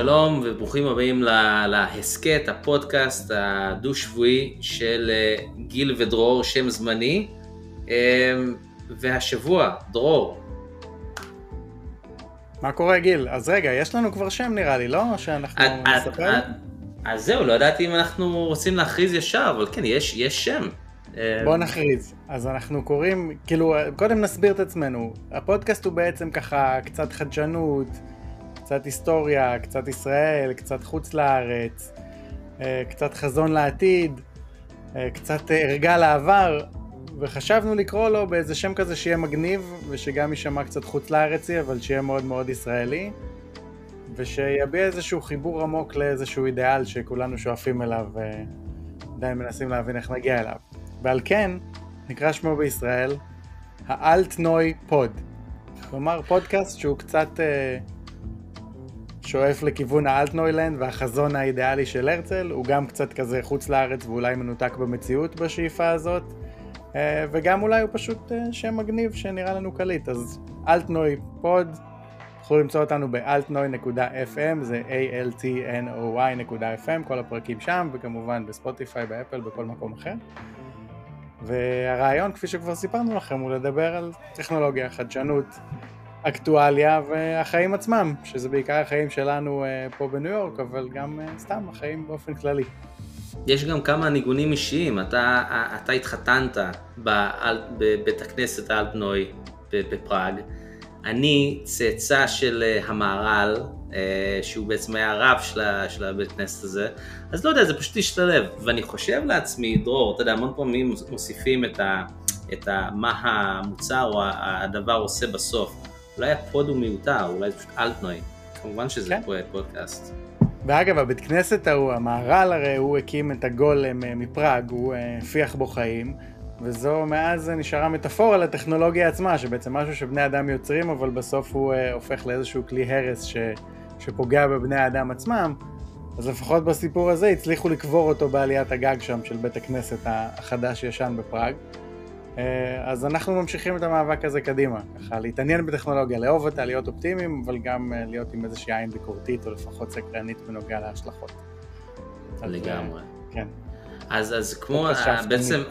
שלום וברוכים הבאים להסקט, הפודקאסט הדו-שבועי של גיל ודרור, שם זמני. והשבוע, דרור. מה קורה גיל? אז רגע, יש לנו כבר שם נראה לי, לא? שאנחנו נספר? אז זהו, לא ידעתי אם אנחנו רוצים להכריז ישר, אבל כן, יש שם. בוא נכריז. אז אנחנו קוראים, כאילו, קודם נסביר את עצמנו. הפודקאסט הוא בעצם ככה קצת חדשנות, קצת היסטוריה, קצת ישראל, קצת חוץ לארץ, קצת חזון לעתיד, קצת הרגע לעבר, וחשבנו לקרוא לו באיזה שם כזה שיהיה מגניב, ושגם יישמע קצת חוץ לארצי, אבל שיהיה מאוד מאוד ישראלי, ושיביע איזשהו חיבור עמוק לאיזשהו אידיאל שכולנו שואפים אליו, ועדיין מנסים להבין איך נגיע אליו. ועל כן, נקרא שמו בישראל, האלטנוי פוד. כלומר, פודקאסט שהוא קצת שואף לכיוון האלטנוילנד והחזון האידיאלי של הרצל, הוא גם קצת כזה חוץ לארץ ואולי מנותק במציאות בשאיפה הזאת, וגם אולי הוא פשוט שם מגניב שנראה לנו קליט. אז אלטנוי פוד, תוכלו למצוא אותנו ב-altnoy.fm, זה altnoy.fm, כל הפרקים שם, וכמובן בספוטיפיי, באפל, בכל מקום אחר. והרעיון, כפי שכבר סיפרנו לכם, הוא לדבר על טכנולוגיה, חדשנות, אקטואליה והחיים עצמם, שזה בעיקר החיים שלנו פה בניו יורק, אבל גם סתם החיים באופן כללי. יש גם כמה ניגונים אישיים. אתה התחתנת בבית הכנסת האלטנוי בפראג. אני צאצא של המהר"ל, שהוא בעצם היה הרב של הבית הכנסת הזה. אז לא יודע, זה פשוט השתלב. ואני חושב לעצמי, דרור, אתה יודע, המון פעמים מוסיפים מה המוצר או הדבר עושה בסוף. אולי הפוד הוא מיותר, אולי זה פשוט אלטנוי. כמובן שזה פודקאסט. ואגב, הבית כנסת ההוא, המהר"ל הרי הוא הקים את הגולם מפראג, הוא הפיח בו חיים, וזו מאז נשארה מטאפורה לטכנולוגיה עצמה, שבעצם משהו שבני אדם יוצרים, אבל בסוף הוא הופך לאיזשהו כלי הרס שפוגע בבני האדם עצמם. אז לפחות בסיפור הזה הצליחו לקבור אותו בעליית הגג שם של בית הכנסת החדש ישן בפראג. אז אנחנו ממשיכים את המאבק הזה קדימה, ככה להתעניין בטכנולוגיה, לאהוב אותה, להיות אופטימיים, אבל גם להיות עם איזושהי עין ביקורתית או לפחות סקרנית בנוגע להשלכות. לגמרי. כן. אז כמו בעצם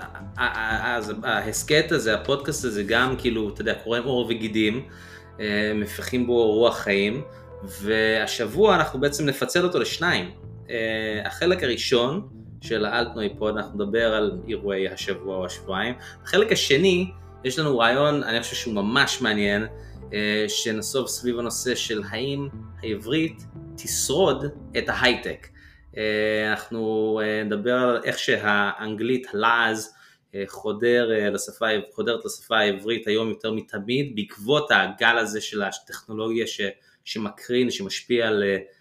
ההסקט הזה, הפודקאסט הזה גם כאילו, אתה יודע, קוראים עור וגידים, מפחים בו רוח חיים, והשבוע אנחנו בעצם נפצל אותו לשניים. החלק הראשון של האלטנוי פוד, אנחנו נדבר על אירועי השבוע או השבועיים. בחלק השני, יש לנו רעיון, אני חושב שהוא ממש מעניין, שנסוב סביב הנושא של האם העברית תשרוד את ההייטק. אנחנו נדבר על איך שהאנגלית, הלעז, חודרת לשפה העברית היום יותר מתמיד, בעקבות הגל הזה של הטכנולוגיה שמקרין, שמשפיע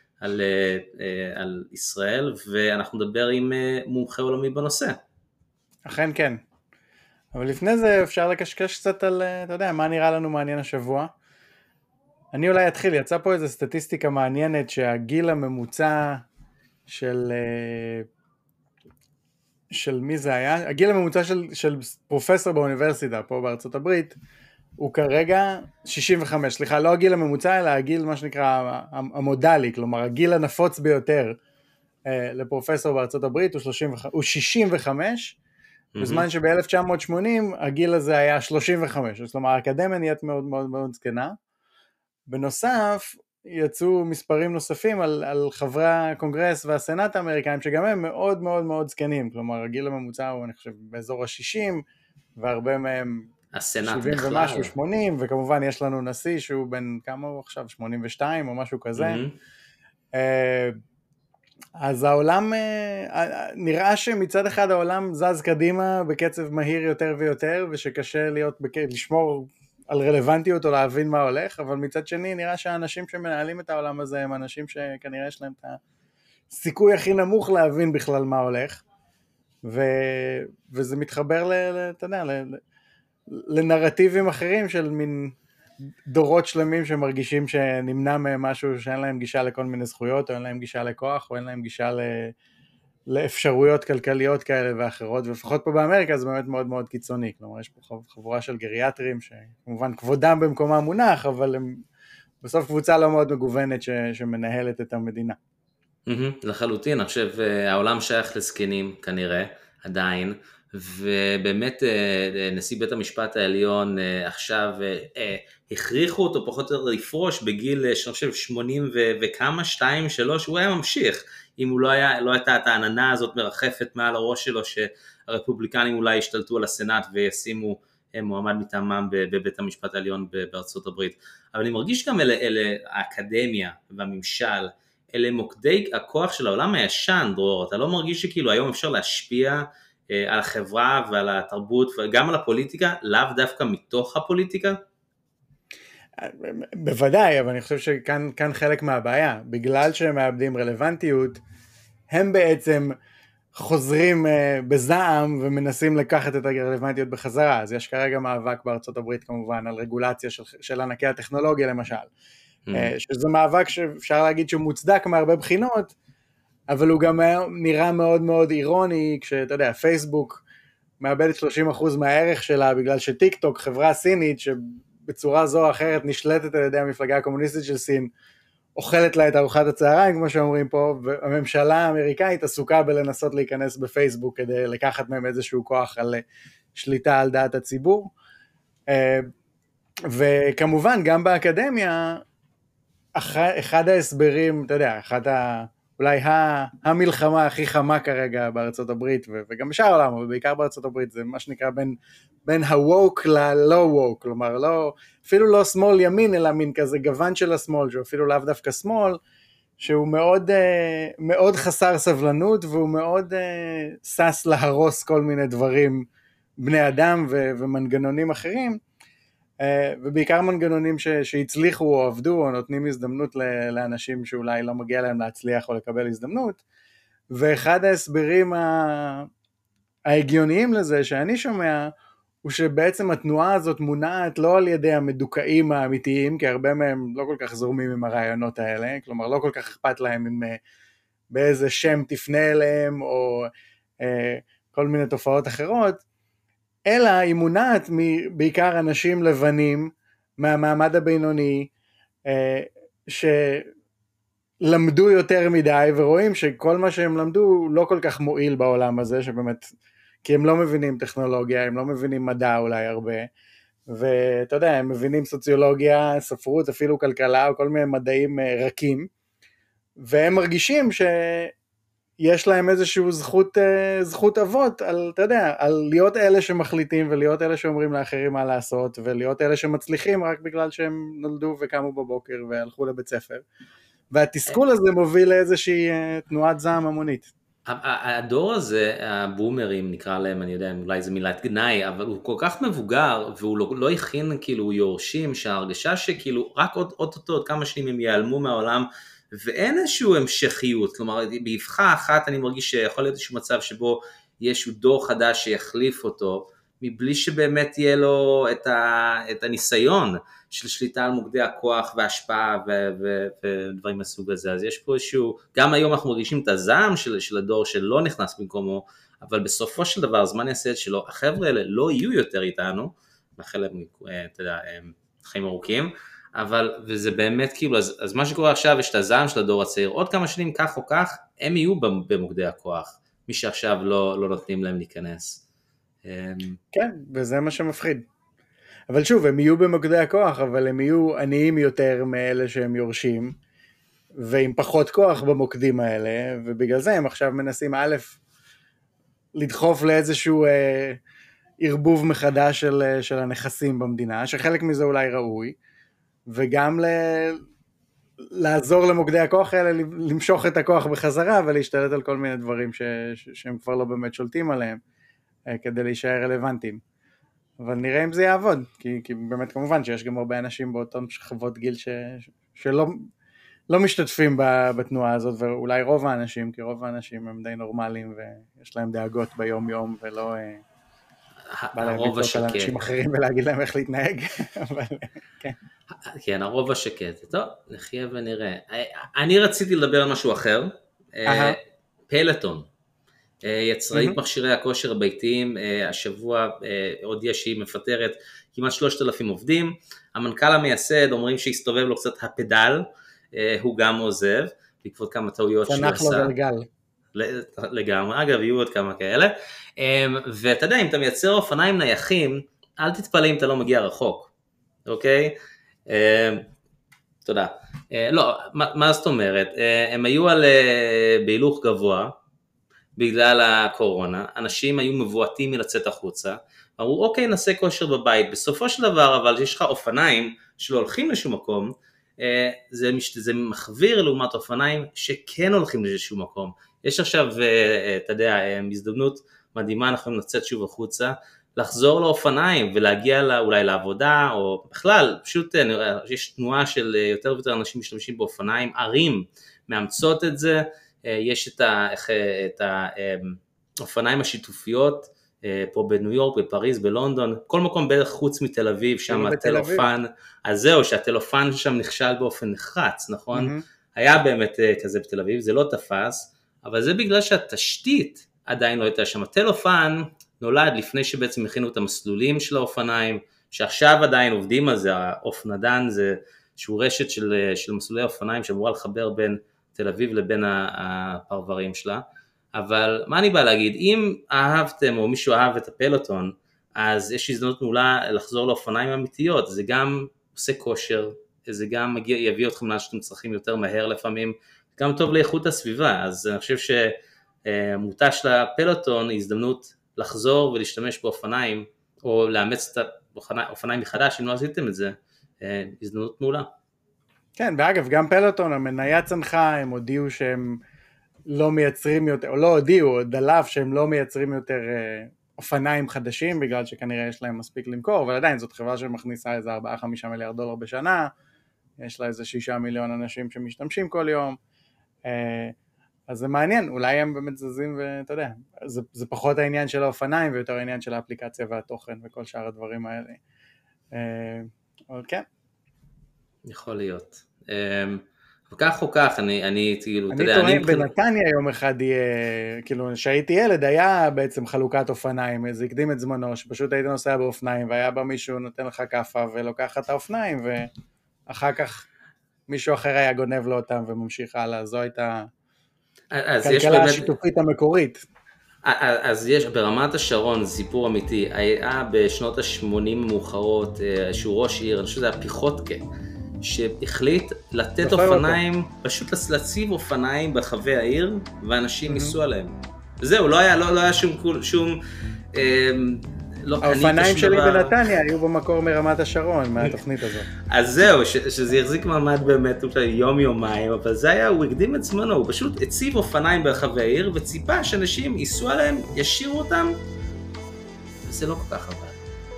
על ישראל, ואנחנו נדבר עם מומחה עולמי בנושא. אכן כן. אבל לפני זה אפשר לקשקש קצת על, אתה יודע, מה נראה לנו מעניין השבוע. אני אולי אתחיל, יצא פה איזו סטטיסטיקה מעניינת שהגיל הממוצע של מי זה היה? הגיל הממוצע של פרופסור באוניברסיטה פה בארצות הברית, הוא כרגע 65, סליחה, לא הגיל הממוצע, אלא הגיל מה שנקרא המודלי, כלומר הגיל הנפוץ ביותר לפרופסור בארצות הברית הוא 65, בזמן שב-1980 הגיל הזה היה 35, זאת אומרת האקדמיה נהיית מאוד מאוד מאוד זקנה. בנוסף, יצאו מספרים נוספים על חברי הקונגרס והסנאט האמריקאים, שגם הם מאוד מאוד מאוד זקנים, כלומר הגיל הממוצע הוא אני חושב באזור ה-60, והרבה מהם 70 ומשהו, 80, וכמובן יש לנו נשיא שהוא בין כמה הוא עכשיו, 82 או משהו כזה. אז העולם, נראה שמצד אחד העולם זז קדימה בקצב מהיר יותר ויותר, ושקשה לשמור על רלוונטיות או להבין מה הולך, אבל מצד שני נראה שהאנשים שמנהלים את העולם הזה הם אנשים שכנראה יש להם את הסיכוי הכי נמוך להבין בכלל מה הולך, וזה מתחבר אתה יודע, לנרטיבים אחרים של מין דורות שלמים שמרגישים שנמנע מהם משהו, שאין להם גישה לכל מיני זכויות, או אין להם גישה לכוח, או אין להם גישה לאפשרויות כלכליות כאלה ואחרות, ולפחות פה באמריקה זה באמת מאוד מאוד קיצוני, כלומר יש פה חבורה של גריאטרים, שכמובן כבודם במקומם מונח, אבל הם בסוף קבוצה לא מאוד מגוונת שמנהלת את המדינה. לחלוטין, אני חושב העולם שייך לזקנים כנראה, עדיין, ובאמת נשיא בית המשפט העליון עכשיו הכריחו אותו פחות או יותר לפרוש בגיל, שאני חושב 80 וכמה, 2, 3, הוא היה ממשיך, אם הוא לא הייתה את העננה הזאת מרחפת מעל הראש שלו, שהרפובליקנים אולי ישתלטו על הסנאט וישימו מועמד מטעמם בבית המשפט העליון בארצות הברית. אבל אני מרגיש גם אלה האקדמיה והממשל, אלה מוקדי הכוח של העולם הישן, דרור, אתה לא מרגיש שכאילו היום אפשר להשפיע על החברה ועל התרבות וגם על הפוליטיקה, לאו דווקא מתוך הפוליטיקה? בוודאי, אבל אני חושב שכאן חלק מהבעיה, בגלל שהם מאבדים רלוונטיות, הם בעצם חוזרים בזעם ומנסים לקחת את הרלוונטיות בחזרה, אז יש כרגע מאבק בארצות הברית כמובן על רגולציה של ענקי הטכנולוגיה למשל, שזה מאבק שאפשר להגיד שהוא מוצדק מהרבה בחינות, אבל הוא גם נראה מאוד מאוד אירוני, כשאתה יודע, פייסבוק מאבדת 30% מהערך שלה, בגלל שטיק טוק, חברה סינית, שבצורה זו או אחרת נשלטת על ידי המפלגה הקומוניסטית של סין, אוכלת לה את ארוחת הצהריים, כמו שאומרים פה, והממשלה האמריקאית עסוקה בלנסות להיכנס בפייסבוק, כדי לקחת מהם איזשהו כוח על שליטה על דעת הציבור, וכמובן גם באקדמיה, אחד ההסברים, אתה יודע, אולי המלחמה הכי חמה כרגע בארצות הברית, וגם בשאר העולם, אבל בעיקר בארצות הברית, זה מה שנקרא בין הווק ללא ווק, כלומר, אפילו לא שמאל ימין, אלא מין כזה גוון של השמאל, שהוא אפילו לאו דווקא שמאל, שהוא מאוד, מאוד חסר סבלנות, והוא מאוד סס להרוס כל מיני דברים, בני אדם ומנגנונים אחרים, ובעיקר מנגנונים שהצליחו או עבדו או נותנים הזדמנות לאנשים שאולי לא מגיע להם להצליח או לקבל הזדמנות, ואחד ההסברים ההגיוניים לזה שאני שומע, הוא שבעצם התנועה הזאת מונעת לא על ידי המדוכאים האמיתיים, כי הרבה מהם לא כל כך זורמים עם הרעיונות האלה, כלומר לא כל כך אכפת להם אם באיזה שם תפנה אליהם או כל מיני תופעות אחרות, אלא היא מונעת בעיקר אנשים לבנים מהמעמד הבינוני שלמדו יותר מדי ורואים שכל מה שהם למדו לא כל כך מועיל בעולם הזה, שבאמת, כי הם לא מבינים טכנולוגיה, הם לא מבינים מדע אולי הרבה, ואתה יודע, הם מבינים סוציולוגיה, ספרות, אפילו כלכלה או כל מיני מדעים רכים, והם מרגישים יש להם איזשהו זכות אבות, אתה יודע, על להיות אלה שמחליטים, ולהיות אלה שאומרים לאחרים מה לעשות, ולהיות אלה שמצליחים רק בגלל שהם נולדו וקמו בבוקר והלכו לבית ספר. והתסכול הזה מוביל לאיזושהי תנועת זעם המונית. הדור הזה, הבומרים נקרא להם, אני יודע, אולי זו מילת גנאי, אבל הוא כל כך מבוגר, והוא לא הכין כאילו יורשים, שההרגשה שכאילו רק עוד כמה שנים הם ייעלמו מהעולם, ואין איזשהו המשכיות, כלומר באבחה אחת אני מרגיש שיכול להיות איזשהו מצב שבו יש דור חדש שיחליף אותו, מבלי שבאמת יהיה לו את הניסיון של שליטה על מוקדי הכוח וההשפעה ודברים מסוג הזה. אז יש פה איזשהו, גם היום אנחנו מרגישים את הזעם של הדור שלא נכנס במקומו, אבל בסופו של דבר הזמן יעשה את שלו, החבר'ה האלה לא יהיו יותר איתנו, מאחל להם, אתה יודע, חיים ארוכים, אבל, וזה באמת כאילו, אז מה שקורה עכשיו, יש את הזעם של הדור הצעיר, עוד כמה שנים כך או כך, הם יהיו במוקדי הכוח, מי שעכשיו לא נותנים להם להיכנס. כן, וזה מה שמפחיד. אבל שוב, הם יהיו במוקדי הכוח, אבל הם יהיו עניים יותר מאלה שהם יורשים, ועם פחות כוח במוקדים האלה, ובגלל זה הם עכשיו מנסים לדחוף לאיזשהו ערבוב מחדש של הנכסים במדינה, שחלק מזה אולי ראוי, וגם לעזור למוקדי הכוח האלה למשוך את הכוח בחזרה ולהשתלט על כל מיני דברים שהם כבר לא באמת שולטים עליהם כדי להישאר רלוונטיים. אבל נראה אם זה יעבוד, כי באמת כמובן שיש גם הרבה אנשים באותן שכבות גיל שלא משתתפים בתנועה הזאת, ואולי רוב האנשים, כי רוב האנשים הם די נורמליים ויש להם דאגות ביום יום ולא בא להם לצעות על אנשים אחרים ולהגיד להם איך להתנהג, אבל כן. כן, הרוב השקט. טוב, נחיה ונראה. אני רציתי לדבר על משהו אחר. פלטון. יצרנית מכשירי הכושר הביתיים, השבוע הודיעה שהיא מפטרת כמעט 3,000 עובדים, המנכ"ל המייסד אומרים שהסתובב לו קצת הפדל, הוא גם עוזב, בעקבות כמה טעויות שהוא עשה. צנח לו גלגל. לגמרי, אגב יהיו עוד כמה כאלה, ואתה יודע, אם אתה מייצר אופניים נייחים, אל תתפלא אם אתה לא מגיע רחוק, אוקיי? תודה. לא, מה זאת אומרת? הם היו על בהילוך גבוה, בגלל הקורונה, אנשים היו מבועטים מלצאת החוצה, אמרו אוקיי נעשה כושר בבית, בסופו של דבר אבל יש לך אופניים שלא הולכים לשום מקום, זה מחוויר לעומת אופניים שכן הולכים לשום מקום, יש עכשיו אתה יודע הזדמנות מדהימה, אנחנו נצאת שוב החוצה, לחזור לאופניים ולהגיע אולי לעבודה או בכלל, פשוט יש תנועה של יותר ויותר אנשים משתמשים באופניים, ערים מאמצות את זה, יש את האופניים השיתופיות פה בניו יורק, בפריז, בלונדון, כל מקום בערך חוץ מתל אביב, שם הטלופן, אז זהו שהטלופן שם נכשל באופן נחרץ, נכון? היה באמת כזה בתל אביב, זה לא תפס, אבל זה בגלל שהתשתית עדיין לא הייתה שם, הטלופן נולד לפני שבעצם הכינו את המסלולים של האופניים, שעכשיו עדיין עובדים על זה, האופנדן זה שהוא רשת של מסלולי האופניים שאמורה לחבר בין תל אביב לבין הפרברים שלה, אבל מה אני בא להגיד, אם אהבתם או מישהו אהב את הפלוטון, אז יש הזדמנות מעולה לחזור לאופניים אמיתיות, זה גם עושה כושר, זה גם יביא אתכם לאן שאתם צריכים יותר מהר לפעמים, גם טוב לאיכות הסביבה, אז אני חושב שמותה של הפלוטון היא הזדמנות לחזור ולהשתמש באופניים, או לאמץ את האופניים מחדש, אם לא עשיתם את זה, הזדמנות מעולה. כן, ואגב, גם פלוטון, המניה צנחה, הם הודיעו שהם לא מייצרים יותר, או לא הודיעו, דלף שהם לא מייצרים יותר אופניים חדשים, בגלל שכנראה יש להם מספיק למכור, אבל עדיין זאת חברה שמכניסה איזה 4-5 מיליארד דולר בשנה, יש לה איזה 6 מיליון אנשים שמשתמשים כל יום, אז זה מעניין, אולי הם באמת זזים ואתה יודע, זה פחות העניין של האופניים, ויותר העניין של האפליקציה והתוכן, וכל שאר הדברים האלה. אבל כן. יכול להיות. וכך או כך, אני כאילו, אתה יודע, אני בנתניה יום אחד יהיה, כאילו, שהייתי ילד, היה בעצם חלוקת אופניים, זה הקדים את זמנו, שפשוט היית נוסע באופניים, והיה בה מישהו נותן לך כפה, ולוקח את האופניים, ואחר כך מישהו אחר היה גונב לו אותם, וממשיך הלאה, זו הייתה הכלכלה השיתופית המקורית. אז יש ברמת השרון סיפור אמיתי, היה בשנות ה-80 מאוחרות, שהוא ראש עיר, אני חושב שזה היה פיחוטקה, שהחליט לתת אופניים, פשוט להציב אופניים ברחבי העיר, ואנשים ייסעו עליהם. זהו, לא היה שום האופניים שלי בנתניה היו במקור מרמת השרון, מהתוכנית הזאת. אז זהו, שזה יחזיק מעמד באמת יום-יומיים, אבל זה היה, הוא הקדים את זמנו, הוא פשוט הציב אופניים ברחבי העיר, וציפה שאנשים ייסעו עליהם, ישירו אותם, וזה לא כל כך עבד.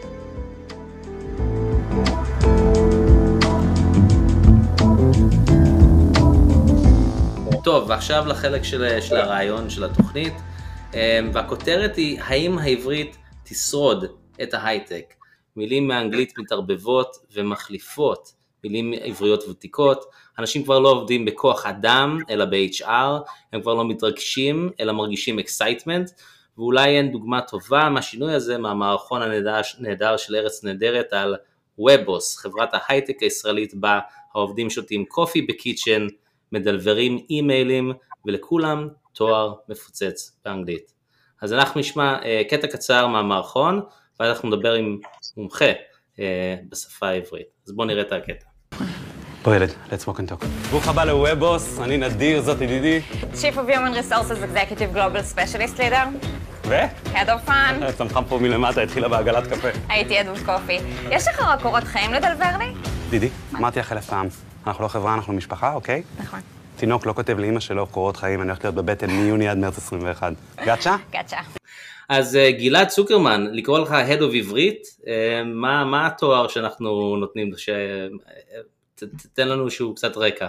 טוב, ועכשיו לחלק של הרעיון של התוכנית, והכותרת היא, האם העברית תשרוד את ההייטק? מילים מאנגלית מתערבבות ומחליפות מילים עבריות ותיקות, אנשים כבר לא עובדים בכוח אדם אלא ב-HR, הם כבר לא מתרגשים אלא מרגישים excitement, ואולי אין דוגמה טובה מהשינוי הזה מהמערכון הנהדר של ארץ נהדרת על ובוס, חברת ההייטק הישראלית בה העובדים שותים קופי בקיצ'ן, מדלברים אימיילים ולכולם תואר מפוצץ באנגלית. אז אנחנו נשמע קטע קצר מהמערכון, ואז אנחנו נדבר עם מומחה בשפה העברית. אז בואו נראה את הקטע. בוא ילד, let's walk and talk. ברוך הבא לוובוס, אני נדיר, זאת ידידי. Chief of Human Resources Executive Global Specialist Leader. ו? Head of Fun. צמחה פה מלמטה, התחילה בעגלת קפה. הייתי עדות קופי. יש לך רק קורות חיים לדלבר לי? דידי, אמרתי לך אלף פעם, אנחנו לא חברה, אנחנו משפחה, אוקיי? נכון. תינוק לא כותב לאמא שלו קורות חיים, אני הולכת להיות בבטן מיוני עד מרץ 21. גאצ'ה? גאצ'ה. אז גלעד צוקרמן, לקרוא לך Head of עברית, מה התואר שאנחנו נותנים, תתן לנו שהוא קצת רקע.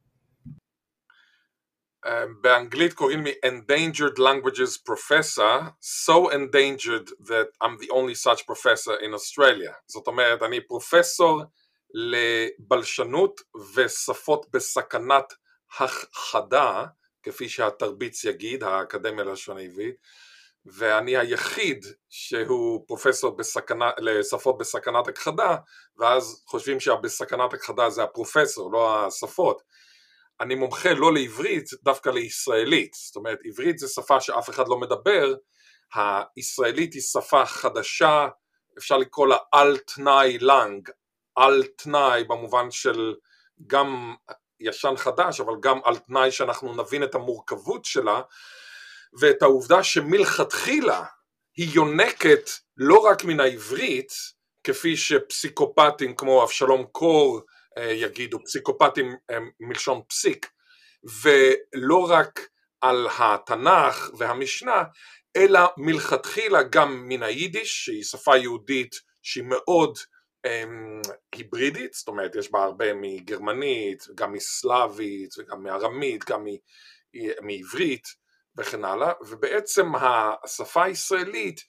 באנגלית קוראים לי Endangered Languages Professor, so endangered that I'm the only such professor in Australia. זאת אומרת, אני פרופסור לבלשנות ושפות בסכנת הכחדה כפי שהתרביץ יגיד, האקדמיה ללשון העברית, ואני היחיד שהוא פרופסור לשפות בסכנת הכחדה, ואז חושבים שבסכנת הכחדה זה הפרופסור, לא השפות. אני מומחה לא לעברית, דווקא לישראלית, זאת אומרת עברית זה שפה שאף אחד לא מדבר, הישראלית היא שפה חדשה, אפשר לקרוא לה על תנאי לנג, על תנאי במובן של גם ישן חדש, אבל גם על תנאי שאנחנו נבין את המורכבות שלה, ואת העובדה שמלכתחילה היא יונקת לא רק מן העברית, כפי שפסיקופטים כמו אבשלום קור יגידו, פסיקופטים מלשון פסיק, ולא רק על התנ"ך והמשנה, אלא מלכתחילה גם מן היידיש, שהיא שפה יהודית שהיא מאוד היברידית, זאת אומרת יש בה הרבה מגרמנית, גם מסלאבית, וגם מארמית, גם מעברית וכן הלאה, ובעצם השפה הישראלית,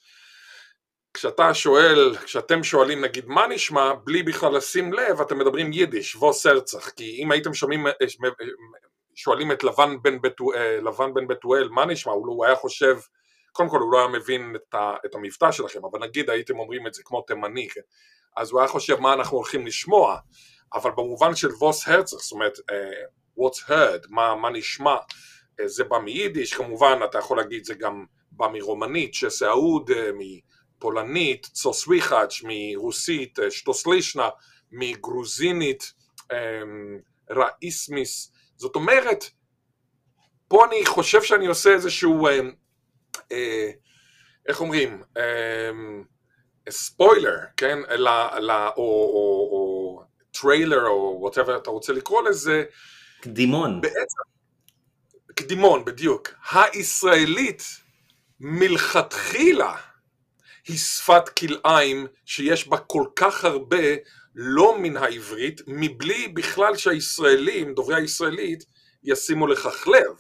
כשאתם שואלים נגיד מה נשמע, בלי בכלל לשים לב, אתם מדברים יידיש, ווס הרצח, כי אם הייתם שואלים את לבן בן בתואל מה נשמע, הוא היה חושב, קודם כל הוא לא היה מבין את המבטא שלכם, אבל נגיד הייתם אומרים את זה כמו תימני, אז הוא היה חושב מה אנחנו הולכים לשמוע, אבל במובן של ווס הרצח, זאת אומרת, what's heard, מה נשמע, זה בא מיידיש, כמובן אתה יכול להגיד זה גם בא מרומנית, שסעוד, מפולנית, צוסוויחאץ', מרוסית, שטוסלישנה, מגרוזינית, ראיסמיס, זאת אומרת, פה אני חושב שאני עושה איזשהו, איך אומרים, ספוילר, כן, או טריילר, או whatever אתה רוצה לקרוא לזה, קדימון. בעצם, קדימון, בדיוק. הישראלית מלכתחילה היא שפת כלאיים שיש בה כל כך הרבה לא מן העברית, מבלי בכלל שהישראלים, דוברי הישראלית, ישימו לכך לב.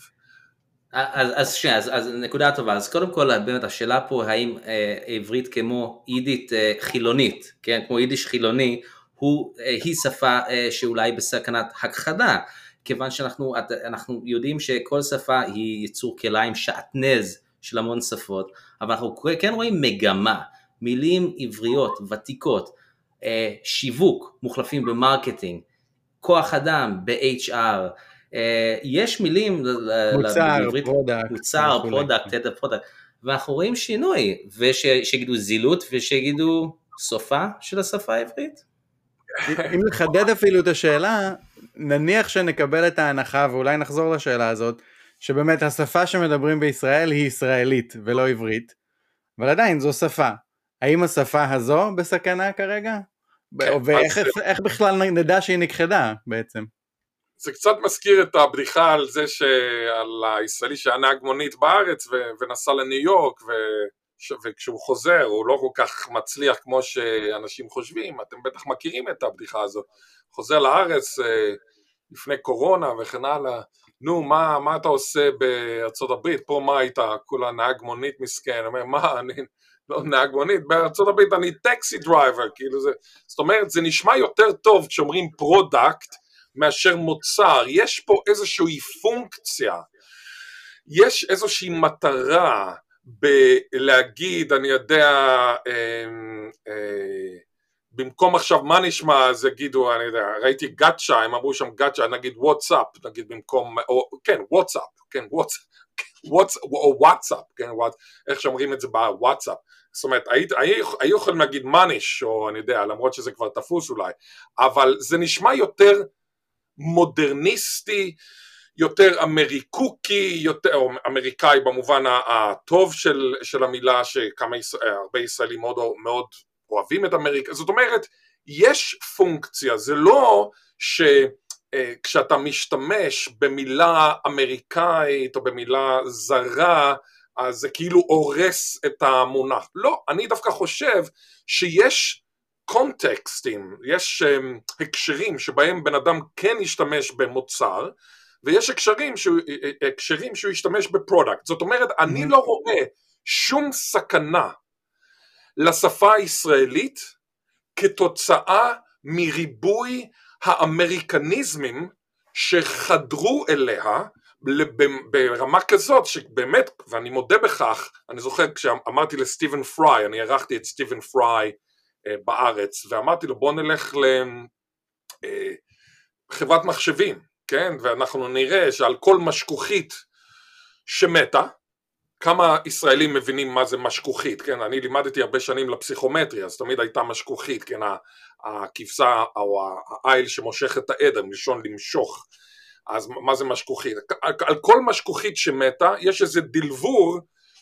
אז נקודה טובה, אז קודם כל באמת השאלה פה האם עברית כמו יידית חילונית, כן, כמו יידיש חילוני, היא שפה שאולי בסכנת הכחדה, כיוון שאנחנו יודעים שכל שפה היא יצור כלאיים שעטנז של המון שפות, אבל אנחנו כן רואים מגמה, מילים עבריות ותיקות, שיווק מוחלפים במרקטינג, כוח אדם ב-HR, יש מילים בעברית, מוצר, פרודקט, ואנחנו רואים שינוי, ושיגידו זילות ושיגידו סופה של השפה העברית. אם לחדד אפילו את השאלה, נניח שנקבל את ההנחה, ואולי נחזור לשאלה הזאת, שבאמת השפה שמדברים בישראל היא ישראלית ולא עברית, אבל עדיין זו שפה. האם השפה הזו בסכנה כרגע? ואיך בכלל נדע שהיא נכחדה בעצם? זה קצת מזכיר את הבדיחה על זה על הישראלי שהיה נהג מונית בארץ ונסע לניו יורק, וכשהוא חוזר הוא לא כל כך מצליח כמו שאנשים חושבים, אתם בטח מכירים את הבדיחה הזו, חוזר לארץ לפני קורונה וכן הלאה, נו מה אתה עושה בארצות הברית, פה מה היית, כולה נהג מונית מסכן, אומר מה אני לא נהג מונית, בארצות הברית אני טקסי דרייבר, כאילו זה, זאת אומרת זה נשמע יותר טוב כשאומרים פרודקט מאשר מוצר, יש פה איזושהי פונקציה, יש איזושהי מטרה בלהגיד, אני יודע, במקום עכשיו מה נשמע, אז יגידו, אני יודע, ראיתי גאצ'ה, הם אמרו שם גאצ'ה, נגיד וואטסאפ, נגיד במקום, או כן, וואטסאפ, כן, או וואטסאפ, כן, איך שאומרים את זה בוואטסאפ, זאת אומרת, היו יכולים להגיד מניש, או אני יודע, למרות שזה כבר תפוס אולי, אבל זה נשמע יותר מודרניסטי, יותר אמריקוקי, יותר אמריקאי במובן הטוב של המילה, הרבה ישראלים מאוד אוהבים את אמריקה, זאת אומרת, יש פונקציה, זה לא שכשאתה משתמש במילה אמריקאית או במילה זרה, אז זה כאילו הורס את המונח, לא, אני דווקא חושב שיש קונטקסטים, יש הקשרים שבהם בן אדם כן ישתמש במוצר, ויש הקשרים שהוא ישתמש בפרודקט, זאת אומרת, אני לא רואה שום סכנה לשפה הישראלית כתוצאה מריבוי האמריקניזמים שחדרו אליה ברמה כזאת שבאמת, ואני מודה בכך, אני זוכר כשאמרתי לסטיבן פריי, אני ערכתי את סטיבן פריי בארץ, ואמרתי לו בוא נלך לחברת מחשבים, כן? ואנחנו נראה שעל כל משכוכית שמתה, כמה ישראלים מבינים מה זה משכוכית, כן? אני לימדתי הרבה שנים לפסיכומטריה, אז תמיד הייתה משכוכית, כן? הכבשה או העיל שמושך את העדר, מלשון למשוך, אז מה זה משכוכית? על כל משכוכית שמתה, יש איזה דלבור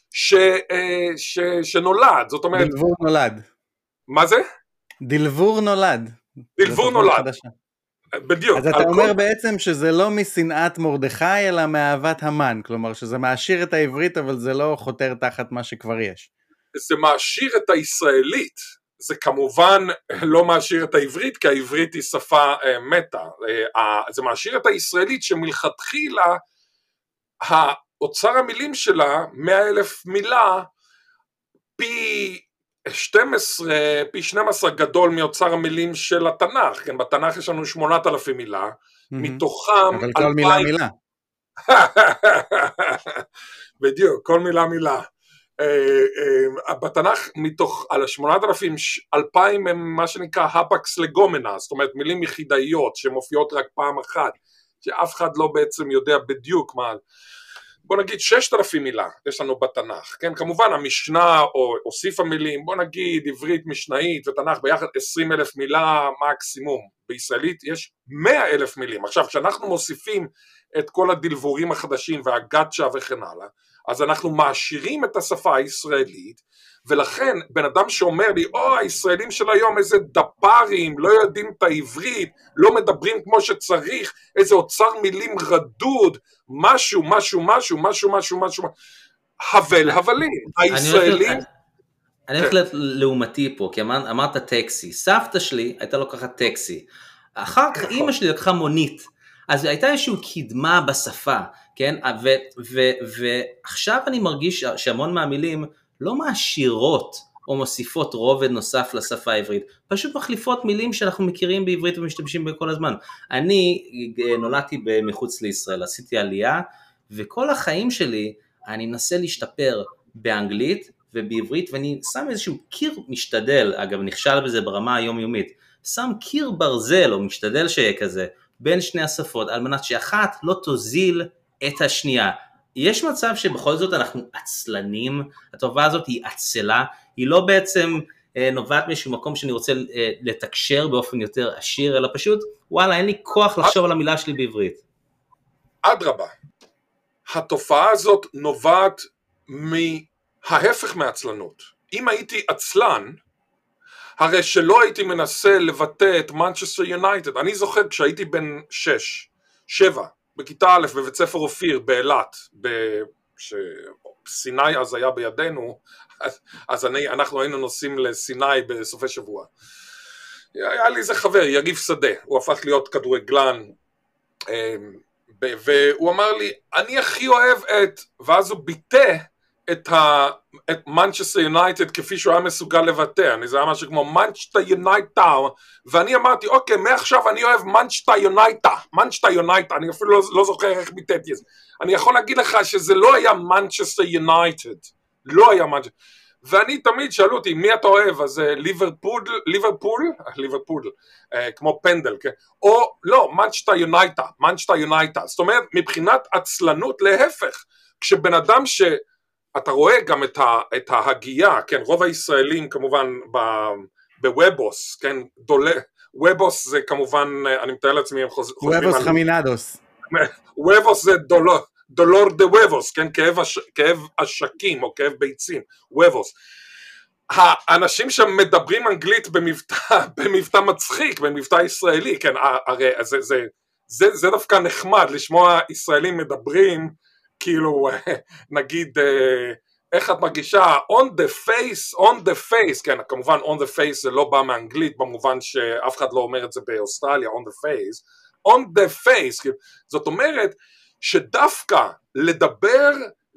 שנולד, זאת אומרת... דלבור נולד. מה זה? דלבור נולד. דלבור נולד. בדיוק. אז אתה אומר בעצם שזה לא משנאת מרדכי, אלא מאהבת המן, כלומר שזה מעשיר את העברית, אבל זה לא חותר תחת מה שכבר יש. זה מעשיר את הישראלית, זה כמובן לא מעשיר את העברית, כי העברית היא שפה מתה, זה מעשיר את הישראלית שמלכתחילה, האוצר המילים שלה, 100,000 מילה, פי 12 גדול מאוצר המילים של התנ"ך, כן, בתנ"ך יש לנו 8,000 מילה, מתוכם... אבל כל מילה מילה. בדיוק, כל מילה מילה. בתנ"ך מתוך, על 8,000, 2,000 הם מה שנקרא הפקס לגומנה, זאת אומרת מילים יחידאיות שמופיעות רק פעם אחת, שאף אחד לא בעצם יודע בדיוק מה... בוא נגיד 6,000 מילה יש לנו בתנ"ך, כן, כמובן המשנה או הוסיפה מילים, בוא נגיד עברית משנאית ותנ"ך ביחד 20,000 מילה מקסימום, בישראלית יש 100,000 מילים, עכשיו כשאנחנו מוסיפים את כל הדלבורים החדשים והגאצ'ה וכן הלאה, אז אנחנו מעשירים את השפה הישראלית, ולכן בן אדם שאומר לי, הישראלים של היום איזה דפרים, לא יודעים את העברית, לא מדברים כמו שצריך, איזה אוצר מילים רדוד, משהו, הבלים, הישראלים... אני הולך לעומתי פה, כי אמרת טקסי, סבתא שלי הייתה לוקחת טקסי, אחר כך אמא שלי לקחה מונית, אז הייתה איזושהי קדמה בשפה, כן, ועכשיו אני מרגיש שהמון מהמילים לא מעשירות או מוסיפות רובד נוסף לשפה העברית, פשוט מחליפות מילים שאנחנו מכירים בעברית ומשתמשים בכל הזמן. אני נולדתי מחוץ לישראל, עשיתי עלייה, וכל החיים שלי אני מנסה להשתפר באנגלית ובעברית, ואני שם איזשהו קיר משתדל, אגב נכשל בזה ברמה היומיומית, שם קיר ברזל או משתדל שיהיה כזה, בין שני השפות, על מנת שאחת לא תוזיל את השנייה. יש מצב שבכל זאת אנחנו עצלנים, התופעה הזאת היא עצלה, היא לא בעצם נובעת מאיזשהו מקום שאני רוצה לתקשר באופן יותר עשיר, אלא פשוט, וואלה, אין לי כוח לחשוב על המילה שלי בעברית. אדרבה, התופעה הזאת נובעת מההפך מעצלנות. אם הייתי עצלן, הרי שלא הייתי מנסה לבטא את מנצ'סטר יונייטד. אני זוכר כשהייתי בן 7, בכיתה א' בבית ספר אופיר באילת, סיני אז היה בידינו, אז אנחנו היינו נוסעים לסיני בסופי שבוע. היה לי איזה חבר, יריב שדה, הוא הפך להיות כדורגלן, והוא אמר לי, אני הכי אוהב ואז הוא ביטא את מנצ'סטר יונייטד כפי שהוא היה מסוגל לבטא, זה היה משהו כמו מנצ'סטר יונייטד, ואני אמרתי, אוקיי, מעכשיו אני אוהב מנצ'סטר יונייטד, אני אפילו לא זוכר איך ביטאתי את זה, אני יכול להגיד לך שזה לא היה מנצ'סטר יונייטד, לא היה מנצ'סטר, ואני תמיד שאלו אותי, מי אתה אוהב, אז ליברפול, כמו פנדל, כן? או לא, מנצ'סטר יונייטד, זאת אומרת, מבחינת עצלנות להפך, כשבן אדם אתה רואה גם את ההגייה, כן, רוב הישראלים כמובן בוובוס, כן, וובוס זה כמובן, אני מתאר לעצמי, וובוס חמינדוס. וובוס זה דולור דה וובוס, כן, כאב השקים או כאב ביצים, וובוס. האנשים שמדברים אנגלית במבטא מצחיק, במבטא ישראלי, כן, הרי זה דווקא נחמד לשמוע ישראלים מדברים, כאילו נגיד איך את מרגישה on the face, כן, כמובן on the face זה לא בא מאנגלית במובן שאף אחד לא אומר את זה באוסטרליה, on the face, זאת אומרת שדווקא לדבר,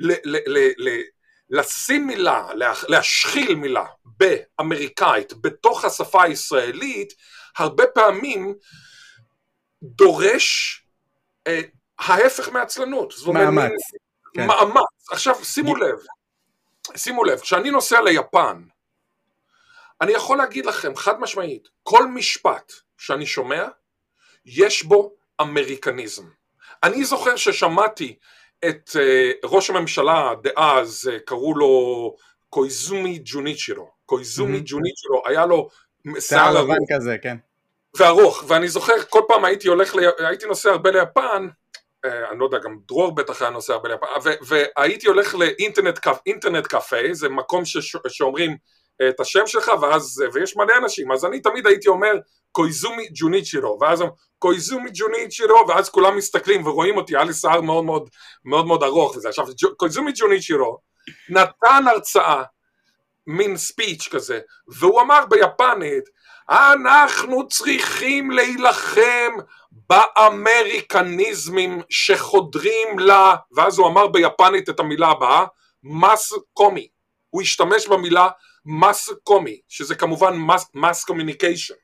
לשים מילה, להשחיל מילה באמריקאית בתוך השפה הישראלית, הרבה פעמים דורש ההפך מעצלנות. מאמץ. כן. מאמץ. עכשיו שימו לב, כשאני נוסע ליפן, אני יכול להגיד לכם חד משמעית, כל משפט שאני שומע, יש בו אמריקניזם. אני זוכר ששמעתי את ראש הממשלה דאז, קראו לו קויזומי ג'וניצ'ירו. קויזומי ג'וניצ'ירו, היה לו שיער לבן כזה, כן. וארוך, ואני זוכר כל פעם הייתי נוסע הרבה ליפן, אני לא יודע, גם דרור בטח היה נוסע הרבה ליפן, והייתי הולך לאינטרנט קאפה, זה מקום שאומרים את השם שלך, ויש מלא אנשים, אז אני תמיד הייתי אומר, קויזומי ג'וניצ'ירו, ואז קויזומי ג'וניצ'ירו, ואז כולם מסתכלים ורואים אותי, היה לי שיער מאוד מאוד, מאוד מאוד ארוך, וזה. עכשיו, קויזומי ג'וניצ'ירו נתן הרצאה, מין ספיץ' כזה, והוא אמר ביפנית, אנחנו צריכים להילחם באמריקניזמים שחודרים לה, ואז הוא אמר ביפנית את המילה הבאה, מס קומי. הוא השתמש במילה מס קומי, שזה כמובן מס קומיוניקיישן.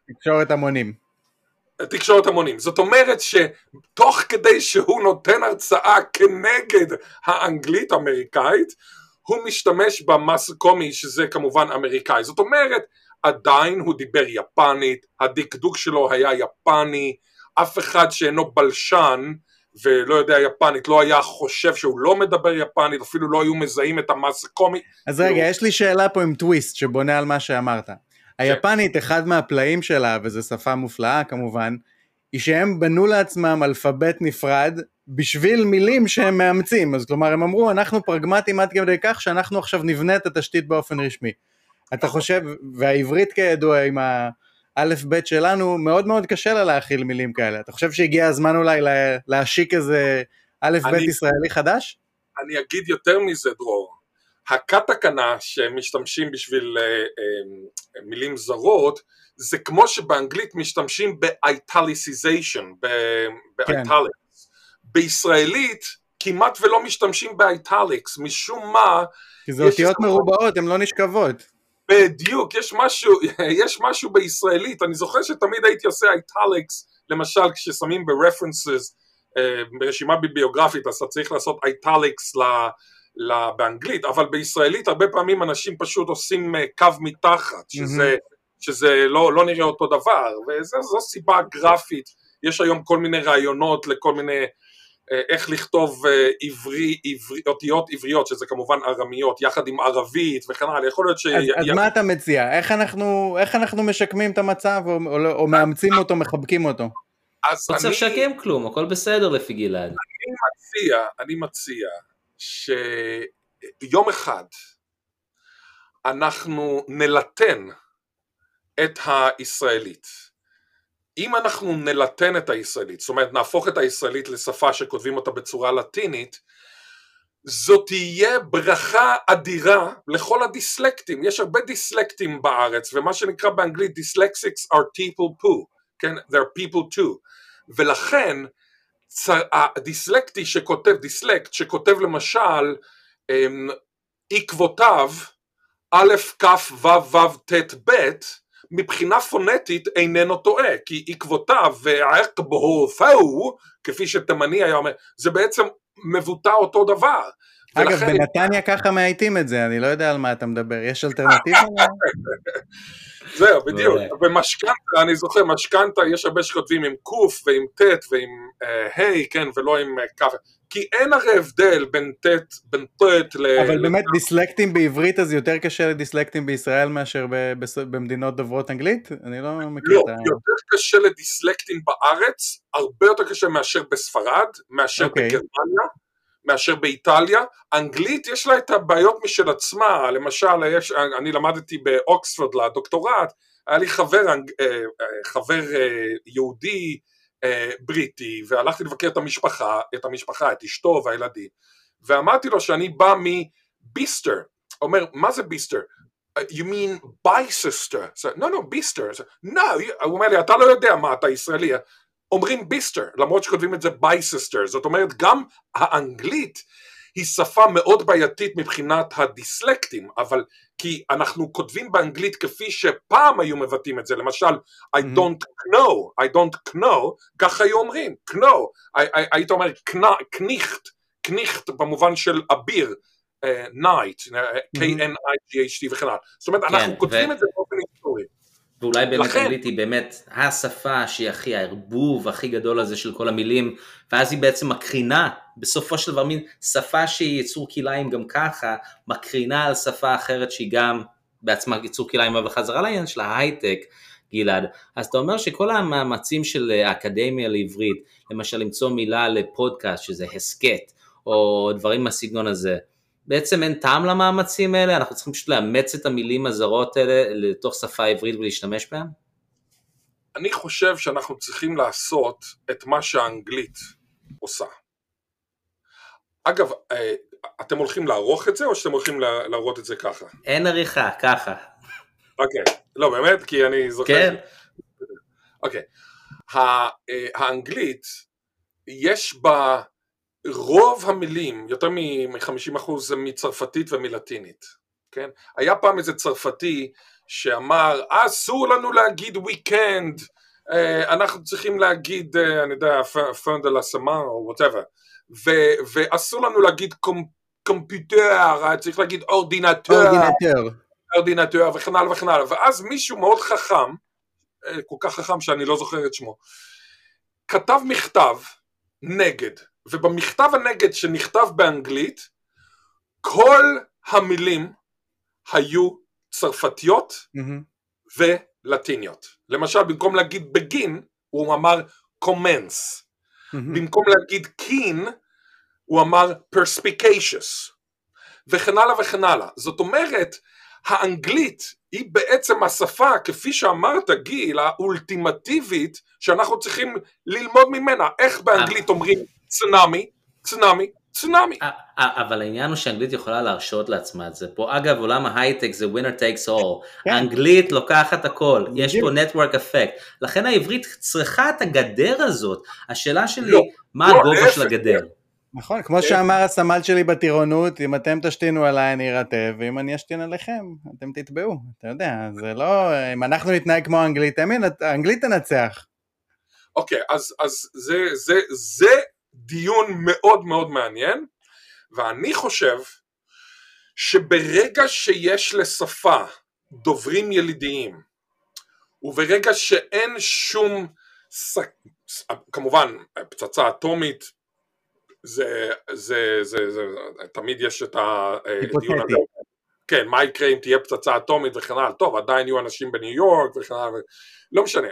תקשורת המונים. זאת אומרת שתוך כדי שהוא נותן הרצאה כנגד האנגלית האמריקאית, הוא משתמש במס קומי שזה כמובן אמריקאי. זאת אומרת, עדיין הוא דיבר יפנית, הדקדוק שלו היה יפני, אף אחד שאינו בלשן ולא יודע יפנית לא היה חושב שהוא לא מדבר יפנית, אפילו לא היו מזהים את המס קומי. אז רגע, יש לי שאלה פה עם טוויסט שבונה על מה שאמרת. היפנית, אחד מהפלאים שלה, וזו שפה מופלאה כמובן, היא שהם בנו לעצמם אלפבית נפרד בשביל מילים שהם מאמצים. אז כלומר הם אמרו, אנחנו פרגמטיים עד כדי כך שאנחנו עכשיו נבנה את התשתית באופן רשמי. אתה חושב, והעברית כידוע עם האלף בית שלנו, מאוד מאוד קשה לה להכיל מילים כאלה. אתה חושב שהגיע הזמן אולי להשיק איזה אלף בית ישראלי חדש? אני אגיד יותר מזה, דרור. הקטקנה שמשתמשים בשביל מילים זרות, זה כמו שבאנגלית משתמשים באיטליסיזיישן, באיטליקס. בישראלית כמעט ולא משתמשים באיטליקס, משום מה... כי זה אותיות מרובעות, הן לא נשכבות. בדיוק, יש משהו בישראלית, אני זוכר שתמיד הייתי עושה איטליקס, למשל כששמים ברפרנסס, ברשימה ביבליוגרפית, אז אתה צריך לעשות איטליקס באנגלית, אבל בישראלית הרבה פעמים אנשים פשוט עושים קו מתחת, שזה לא נראה אותו דבר, וזו סיבה גרפית, יש היום כל מיני רעיונות לכל מיני, איך לכתוב אותיות עבריות, שזה כמובן ארמיות, יחד עם ערבית וכן הלאה, יכול להיות אז מה אתה מציע? איך אנחנו משקמים את המצב, או מאמצים אותו, מחבקים אותו? לא צריך לשקם כלום, הכל בסדר לפי גלעד. אני מציע שיום אחד אנחנו נלטן את הישראלית. אם אנחנו נלטן את הישראלית, זאת אומרת נהפוך את הישראלית לשפה שכותבים אותה בצורה לטינית, זאת תהיה ברכה אדירה לכל הדיסלקטים. יש הרבה דיסלקטים בארץ, ומה שנקרא באנגלית dyslexics are people too, כן? they're people too, ולכן הדיסלקטי שכותב, דיסלקט שכותב למשל עקבותיו א' כ' ו' ו' ת' ב', מבחינה פונטית איננו טועה, כי עקבותיו ועקבו פאו, כפי שתימני היה אומר, זה בעצם מבוטא אותו דבר. אגב, בנתניה ככה מעיתים את זה, אני לא יודע על מה אתה מדבר, יש אלטרנטיבה? זהו, בדיוק, במשכנתה, אני זוכר, משכנתה יש הרבה שכותבים עם קוף ועם ט' ועם היי, כן, ולא עם כף, כי אין הרי הבדל בין ט' אבל באמת דיסלקטים בעברית, אז יותר קשה לדיסלקטים בישראל מאשר במדינות דוברות אנגלית? אני לא מכיר לא, יותר קשה לדיסלקטים בארץ, הרבה יותר קשה מאשר בספרד, מאשר בגרמניה, מאשר באיטליה. אנגלית יש לה את הבעיות משל עצמה, למשל, אני למדתי באוקספורד לדוקטורט, היה לי חבר יהודי בריטי, והלכתי לבקר את המשפחה, את אשתו והילדים, ואמרתי לו שאני בא מביסטר, אומר, מה זה ביסטר? You mean Bicester? No, ביסטר. No, הוא אומר לי, אתה לא יודע מה, אתה ישראלי, אומרים ביסטר, למרות שכותבים את זה בייססטר, זאת אומרת גם האנגלית היא שפה מאוד בעייתית מבחינת הדיסלקטים, אבל כי אנחנו כותבים באנגלית כפי שפעם היו מבטאים את זה, למשל, I don't know, ככה היו אומרים, היית אומר כניכט במובן של אביר, night, K-N-I-G-H-T וכן הלאה, זאת אומרת, אנחנו כותבים את זה באופן היסטורי. ואולי באמת אנגלית היא באמת השפה שהיא הכי, הערבוב הכי גדול הזה של כל המילים, ואז היא בעצם מקרינה, בסופו של דבר מין שפה שהיא יצור כליים גם ככה, מקרינה על שפה אחרת שהיא גם בעצמה יצור כליים, אבל חזרה לעניין של ההייטק, גלעד, אז אתה אומר שכל המאמצים של האקדמיה לעברית, למשל למצוא מילה לפודקאסט שזה הסקט, או דברים מהסגנון הזה, בעצם אין טעם למאמצים האלה, אנחנו צריכים פשוט לאמץ את המילים הזרות האלה לתוך שפה עברית ולהשתמש בהם? אני חושב שאנחנו צריכים לעשות את מה שהאנגלית עושה. אגב, אתם הולכים לערוך את זה או שאתם הולכים להראות את זה ככה? אין עריכה, ככה. אוקיי, לא באמת, כי אני זוכר. כן. אוקיי, האנגלית, יש בה רוב המילים, יותר מ-50% זה מצרפתית ומלטינית, כן? היה פעם איזה צרפתי שאמר, אסור לנו להגיד weekend, אנחנו צריכים להגיד, אני יודע, fin de la semaine או whatever, ואסור לנו להגיד קומפיוטר, צריך להגיד אורדינטור וכן הלאה וכן הלאה, ואז מישהו מאוד חכם, כל כך חכם שאני לא זוכר את שמו, כתב מכתב נגד, ובמכתב הנגד שנכתב באנגלית, כל המילים היו צרפתיות ולטיניות. למשל, במקום להגיד begin, הוא אמר commence. במקום להגיד keen, הוא אמר perspicacious. וכן הלאה וכן הלאה. זאת אומרת, האנגלית היא בעצם השפה, כפי שאמרת גיל, האולטימטיבית, שאנחנו צריכים ללמוד ממנה. איך באנגלית אומרים צונאמי, צונאמי, צונאמי. אבל העניין הוא שאנגלית יכולה להרשות לעצמה את זה. פה אגב עולם ההייטק זה winner takes all. האנגלית לוקחת הכל, יש פה network effect. לכן העברית צריכה את הגדר הזאת. השאלה שלי, מה הגובה של הגדר? נכון, כמו שאמר הסמל שלי בטירונות, אם אתם תשתינו עליי אני ארטב, ואם אני אשתין עליכם, אתם תתבעו. אתה יודע, זה לא, אם אנחנו נתנהג כמו אנגלית, האנגלית תנצח. אוקיי, אז זה דיון מאוד מאוד מעניין, ואני חושב שברגע שיש לשפה דוברים ילידיים, וברגע שאין שום, כמובן, פצצה אטומית, תמיד יש את הדיון הזה, כן, מה יקרה אם תהיה פצצה אטומית וכן הלאה, טוב, עדיין יהיו אנשים בניו יורק וכן הלאה, לא משנה,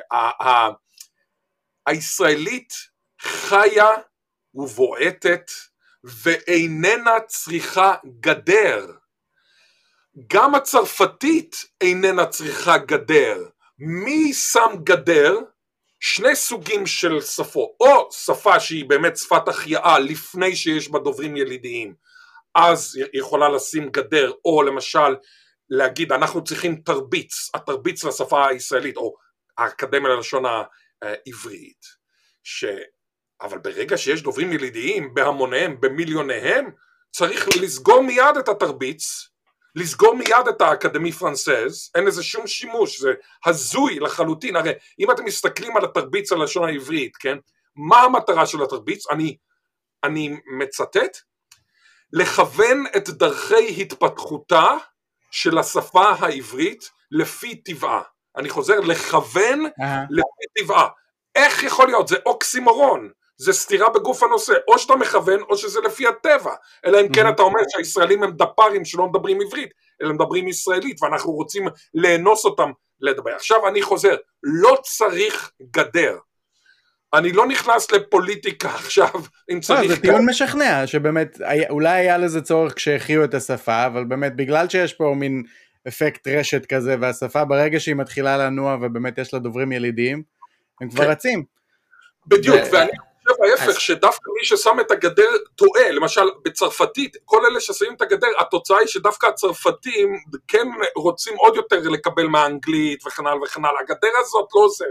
הישראלית חיה ובועטת ואיננה צריכה גדר. גם הצרפתית איננה צריכה גדר. מי שם גדר? שני סוגים של שפות, או שפה שהיא באמת שפת החייאה לפני שיש בה דוברים ילידיים, אז היא יכולה לשים גדר, או למשל להגיד אנחנו צריכים תרביץ, התרביץ לשפה הישראלית, או האקדמיה ללשון העברית, אבל ברגע שיש דוברים ילידיים בהמוניהם, במיליוניהם, צריך לסגור מיד את התרביץ, לסגור מיד את האקדמי פרנסז, אין לזה שום שימוש, זה הזוי לחלוטין. הרי אם אתם מסתכלים על התרביץ הלשון העברית, כן, מה המטרה של התרביץ? אני מצטט, לכוון את דרכי התפתחותה של השפה העברית לפי טבעה. אני חוזר, לכוון לפי טבעה. איך יכול להיות? זה אוקסימורון, זה סתירה בגוף הנושא, או שאתה מכוון או שזה לפי הטבע, אלא אם כן אתה אומר שהישראלים הם דפרים שלא מדברים עברית, אלא מדברים ישראלית, ואנחנו רוצים לאנוס אותם לדבר. עכשיו אני חוזר, לא צריך גדר, אני לא נכנס לפוליטיקה עכשיו, אם צריך... זה טיעון משכנע, שבאמת אולי היה לזה צורך כשהכירו את השפה, אבל באמת בגלל שיש פה מין אפקט רשת כזה, והשפה ברגע שהיא מתחילה לנוע, ובאמת יש לה דוברים ילידיים, הם כבר רצים. בדיוק, ואני חושב ההפך, שדווקא מי ששם את הגדר טועה, למשל בצרפתית, כל אלה ששמים את הגדר, התוצאה היא שדווקא הצרפתים כן רוצים עוד יותר לקבל מהאנגלית וכן הלאה וכן הלאה, הגדר הזאת לא עוזרת.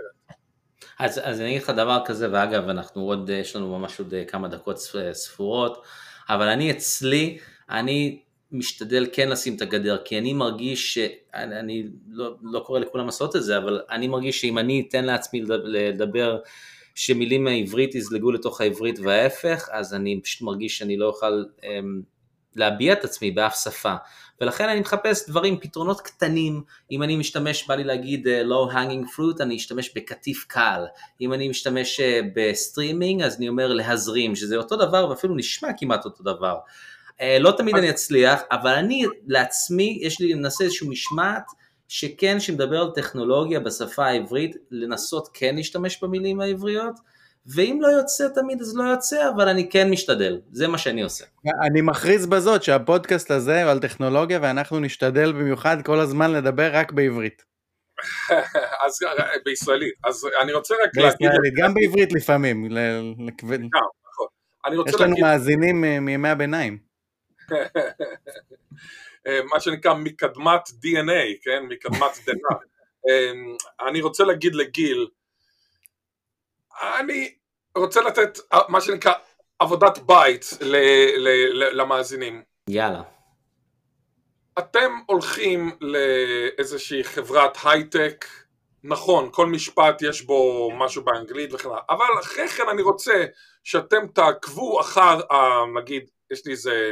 אז אני אגיד לך דבר כזה, ואגב, יש לנו ממש עוד כמה דקות ספורות, אבל אני אצלי, אני משתדל כן לשים את הגדר, כי אני מרגיש שאני לא קורא לכולם לעשות את זה, אבל אני מרגיש שאם אני אתן לעצמי לדבר שמילים מהעברית יזלגו לתוך העברית וההפך, אז אני פשוט מרגיש שאני לא אוכל להביע את עצמי באף שפה, ולכן אני מחפש דברים, פתרונות קטנים. אם אני משתמש, בא לי להגיד low hanging fruit, אני אשתמש בקטיף קל. אם אני משתמש בסטרימינג, אז אני אומר להזרים, שזה אותו דבר ואפילו נשמע כמעט אותו דבר. לא תמיד אני אצליח, אבל אני לעצמי, יש לי לנסה איזשהו משמעת, שכן שמדבר על טכנולוגיה בשפה העברית, לנסות כן להשתמש במילים העבריות, ואם לא יוצא תמיד אז לא יוצא, אבל אני כן משתדל, זה מה שאני עושה. אני מכריז בזאת שהפודקאסט הזה הוא על טכנולוגיה, ואנחנו נשתדל במיוחד כל הזמן לדבר רק בעברית. אז בישראלית, אז אני רוצה רק להגיד... גם בעברית לפעמים. יש לנו מאזינים מימי הביניים. מה שנקרא מקדמת DNA, כן? מקדמת דנה. אני רוצה להגיד לגיל, אני רוצה לתת מה שנקרא עבודת בית למאזינים. יאללה. אתם הולכים לאיזושהי חברת הייטק, נכון, כל משפט יש בו משהו באנגלית וכן הלאה, אבל אחרי כן אני רוצה שאתם תעקבו אחר, נגיד, יש לי איזה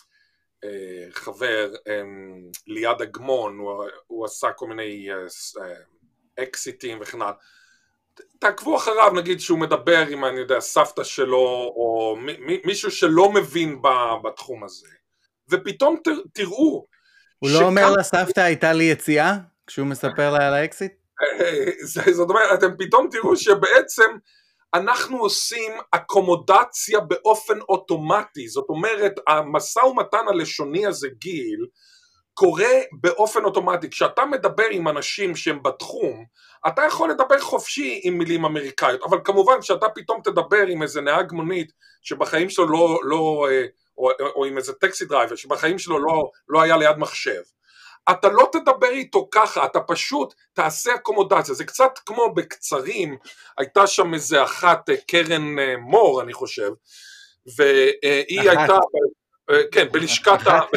חבר, ליד אגמון, הוא עשה כל מיני אקסיטים וכן הלאה, תעקבו אחריו, נגיד שהוא מדבר עם, אני יודע, סבתא שלו, או מישהו שלא מבין בתחום הזה, ופתאום תראו, הוא לא אומר לסבתא הייתה לי יציאה, כשהוא מספר לה על האקסיט? זאת אומרת, אתם פתאום תראו שבעצם אנחנו עושים אקומודציה באופן אוטומטי, זאת אומרת, המשא ומתן הלשוני הזה, גיל, קורה באופן אוטומטי. כשאתה מדבר עם אנשים שהם בתחום, אתה יכול לדבר חופשי עם מילים אמריקאיות, אבל כמובן שאתה פתאום תדבר עם איזה נהג מונית, שבחיים שלו או עם איזה טקסי דרייבר, שבחיים שלו לא היה ליד מחשב, אתה לא תדבר איתו ככה, אתה פשוט תעשה אקומודציה. זה קצת כמו בקצרים, הייתה שם איזה אחת, קרן מור אני חושב, והיא הייתה, כן, בלשכת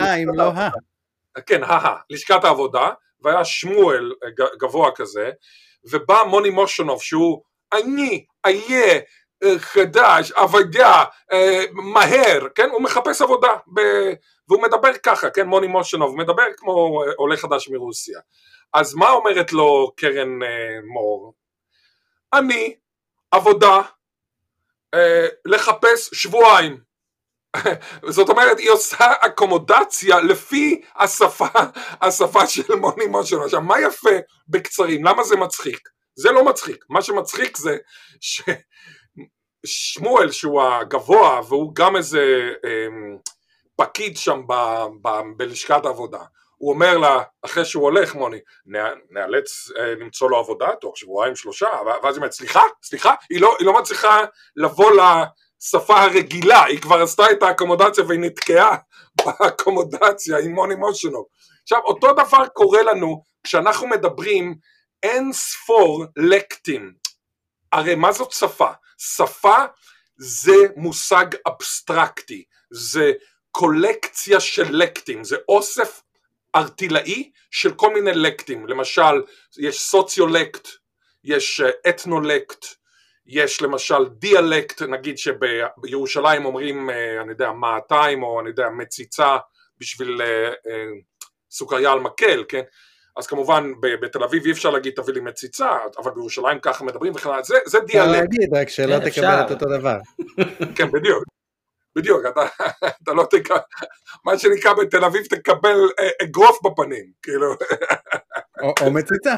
לשכת העבודה, והיה שמואל גבוה כזה, ובא מוני מושונוב שהוא, אני אהיה חדש, עבודה, מהר, כן, הוא מחפש עבודה, והוא מדבר ככה, כן, מוני מושונוב, הוא מדבר כמו עולה חדש מרוסיה. אז מה אומרת לו קרן מור? אני, עבודה, לחפש שבועיים. זאת אומרת, היא עושה אקומודציה לפי השפה של מוני מושונוב. עכשיו, מה יפה בקצרים? למה זה מצחיק? זה לא מצחיק. מה שמצחיק זה שמואל שהוא הגבוה, והוא גם איזה פקיד שם בלשכת העבודה, הוא אומר לה, אחרי שהוא הולך, מוני, נאלץ למצוא לו עבודה תוך שבועיים שלושה, ואז היא אומרת, סליחה, היא לא מצליחה לבוא לשפה הרגילה, היא כבר עשתה את האקומודציה והיא נתקעה באקומודציה עם מוני מושונוב. עכשיו, אותו דבר קורה לנו כשאנחנו מדברים אין ספור לקטים. הרי מה זאת שפה? שפה זה מושג אבסטרקטי, זה קולקציה של לקטים, זה אוסף ארטילאי של כל מיני לקטים. למשל, יש סוציולקט, יש אתנולקט, יש למשל דיאלקט, נגיד שבירושלים אומרים, אני יודע, מעתיים, או אני יודע, מציצה בשביל סוכריה על מקל, כן? אז כמובן בתל אביב אי אפשר להגיד תביא לי מציצה, אבל בירושלים ככה מדברים וכן, זה דיאלקט. אפשר להגיד, רק שלא תקבל את אותו דבר. כן, בדיוק, אתה לא תקבל, מה שנקרא בתל אביב תקבל אגרוף בפנים, כאילו. או מציצה.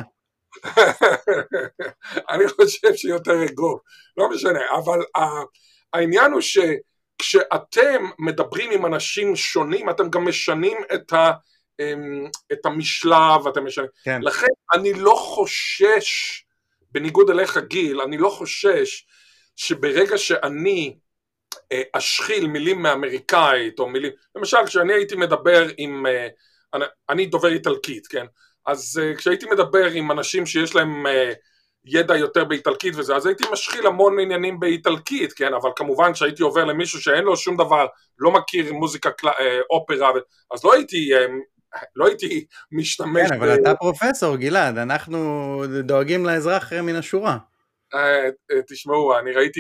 אני חושב שיותר אגרוף, לא משנה, אבל העניין הוא שכשאתם מדברים עם אנשים שונים, אתם גם משנים את המשלב, אתם משנים. כן. לכן אני לא חושש, בניגוד אליך גיל, אני לא חושש שברגע שאני אשחיל מילים מאמריקאית, או מילים, למשל כשאני הייתי מדבר עם, אני דובר איטלקית, כן? אז כשהייתי מדבר עם אנשים שיש להם ידע יותר באיטלקית וזה, אז הייתי משחיל המון עניינים באיטלקית, כן, אבל כמובן שהייתי עובר למישהו שאין לו שום דבר, לא מכיר מוזיקה, אופרה, אז לא הייתי משתמש. כן, אבל אתה פרופסור, גלעד, אנחנו דואגים לאזרח מן השורה. תשמעו, אני ראיתי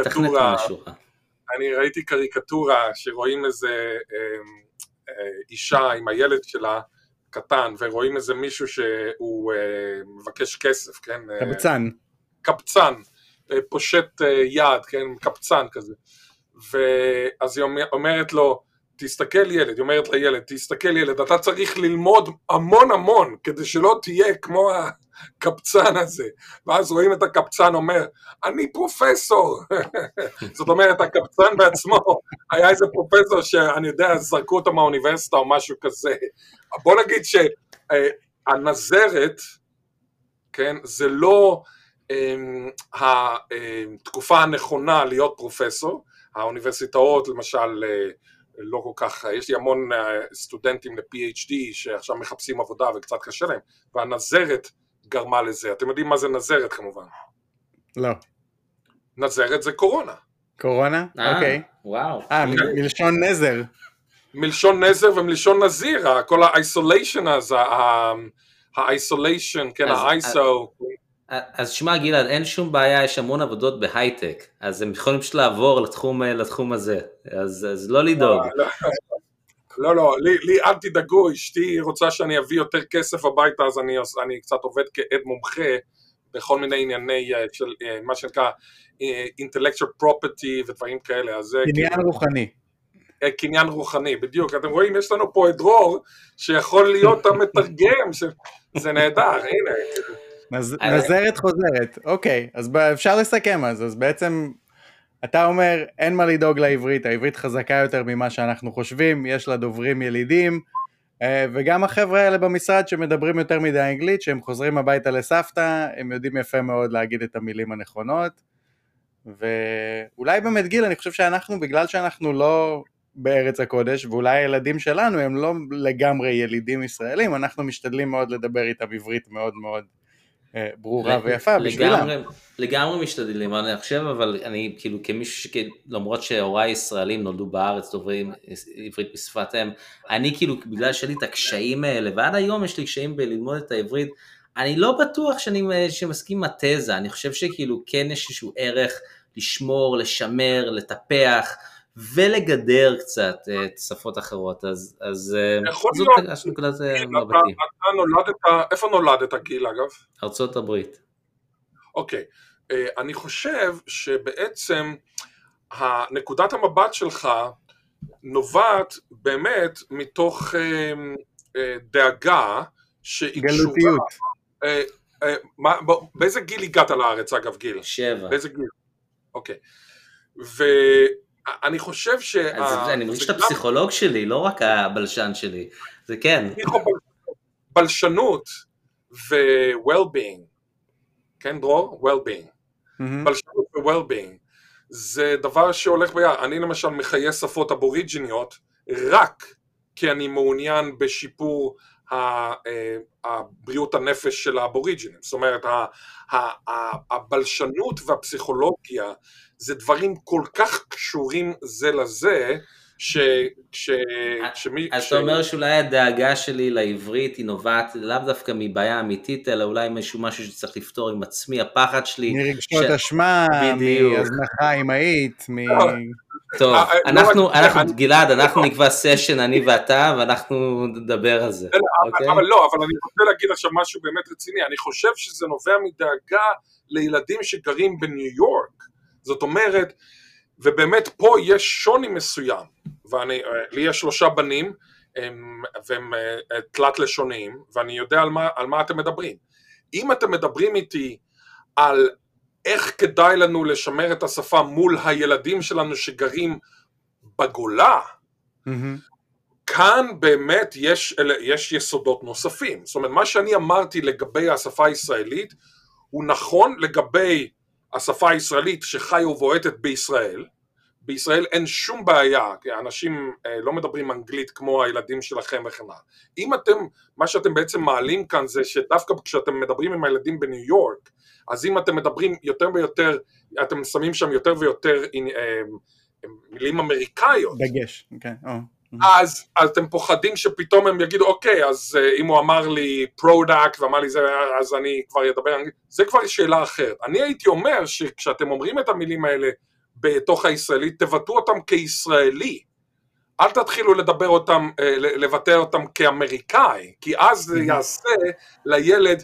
קריקטורה שרואים איזה אישה עם הילד שלה קטן, ורואים איזה מישהו שהוא מבקש כסף, כן? קבצן, פושט יד, כן? קבצן כזה. ואז היא אומרת לו, תסתכל ילד, היא אומרת לילד, תסתכל ילד, אתה צריך ללמוד המון המון, כדי שלא תהיה כמו הקבצן הזה. ואז רואים את הקבצן אומר, אני פרופסור. זאת אומרת, הקבצן בעצמו היה איזה פרופסור שאני יודע, זרקו אותו מהאוניברסיטה או משהו כזה. בוא נגיד שהנזרת, כן, זה לא התקופה הנכונה להיות פרופסור. האוניברסיטאות למשל לא כל כך, יש לי המון סטודנטים ל-PhD שעכשיו מחפשים עבודה וקצת קשה להם, והנזרת גרמה לזה. אתם יודעים מה זה נזרת כמובן? לא. נזרת זה קורונה. קורונה? אוקיי. וואו. מלשון נזר. מלשון נזר ומלשון נזיר, כל ה-isolation הזה, ה-isolation, כן, ה-ISO. אז שמע גלעד, אין שום בעיה, יש המון עבודות בהייטק, אז הם יכולים פשוט לעבור לתחום הזה, אז לא לדאוג. לא, לי אל תדאגו, אשתי רוצה שאני אביא יותר כסף הביתה, אז אני קצת עובד כעד מומחה, בכל מיני ענייני של מה שנקרא intellectual property ודברים כאלה. קניין רוחני. קניין רוחני, בדיוק. אתם רואים, יש לנו פה את דרור, שיכול להיות המתרגם, זה נהדר, הנה. נזרת חוזרת, אוקיי, אז אפשר לסכם אז בעצם אתה אומר אין מה לדאוג לעברית, העברית חזקה יותר ממה שאנחנו חושבים, יש לה דוברים ילידים, וגם החבר'ה האלה במשרד שמדברים יותר מדי אנגלית, שהם חוזרים הביתה לסבתא, הם יודעים יפה מאוד להגיד את המילים הנכונות, ואולי באמת גיל, אני חושב שאנחנו, בגלל שאנחנו לא בארץ הקודש, ואולי הילדים שלנו הם לא לגמרי ילידים ישראלים, אנחנו משתדלים מאוד לדבר איתם עברית מאוד מאוד ברורה ויפה בשבילם. לגמרי משתדלים, אני חושב, אבל אני כאילו כמישהו למרות שהוריי ישראלים נולדו בארץ, דוברים עברית בשפת אם, אני כאילו בגלל שלי את הקשיים האלה, ועד היום יש לי קשיים בללמוד את העברית, אני לא בטוח שמסכים עם התזה, אני חושב שכאילו כן יש איזשהו ערך לשמור, לשמר, לטפח, ולגדר קצת את שפות אחרות, אז זאת נקודת מבטי. איפה נולדת גיל אגב? ארצות הברית. אוקיי, אני חושב שבעצם נקודת המבט שלך נובעת באמת מתוך דאגה שהיא גלותיות. באיזה גיל הגעת לארץ אגב גיל? 7. באיזה גיל? אוקיי. אני חושב אני מרגיש שאתה פסיכולוג שלי, לא רק הבלשן שלי, זה כן. בלשנות ו-well-being, כן דרור? well-being. בלשנות ו-well-being, זה דבר שהולך ביחד. אני למשל מחיי שפות אבוריג'יניות, רק כי אני מעוניין בשיפור הבריאות הנפש של האבוריג'ינים. זאת אומרת, הבלשנות והפסיכולוגיה, זה דברים כל כך קשורים זה לזה, אז אתה אומר שאולי הדאגה שלי לעברית היא נובעת לאו דווקא מבעיה אמיתית, אלא אולי משהו שצריך לפתור עם עצמי, הפחד שלי. מרגשות אשמה, מהזנחה אמהית, טוב, גלעד, אנחנו נקבע סשן, אני ואתה, ואנחנו נדבר על זה. אבל לא, אבל אני רוצה להגיד עכשיו משהו באמת רציני, אני חושב שזה נובע מדאגה לילדים שגרים בניו יורק, זאת אומרת, ובאמת פה יש שוני מסוים, לי יש 3 בנים, והם תלת לשוניים, ואני יודע על מה אתם מדברים. אם אתם מדברים איתי על איך כדאי לנו לשמר את השפה מול הילדים שלנו שגרים בגולה, כאן באמת יש יסודות נוספים. זאת אומרת, מה שאני אמרתי לגבי השפה הישראלית, הוא נכון לגבי השפה הישראלית שחיה ובועטת בישראל. בישראל אין שום בעיה, כי אנשים לא מדברים אנגלית כמו הילדים שלכם וכן הלאה. מה שאתם בעצם מעלים כאן זה שדווקא כשאתם מדברים עם הילדים בניו יורק, אז אם אתם מדברים יותר ויותר, אתם שמים שם יותר ויותר מילים אמריקאיות. דגש, אוקיי. אז אתם פוחדים שפתאום הם יגידו, אוקיי, אז אם הוא אמר לי פרודקט ואמר לי זה, אז אני כבר אדבר אנגלית. זה כבר שאלה אחרת. אני הייתי אומר שכשאתם אומרים את המילים האלה בתוך הישראלית, תבטאו אותם כישראלי. אל תתחילו לדבר אותם, לבטא אותם כאמריקאי, כי אז זה יעשה לילד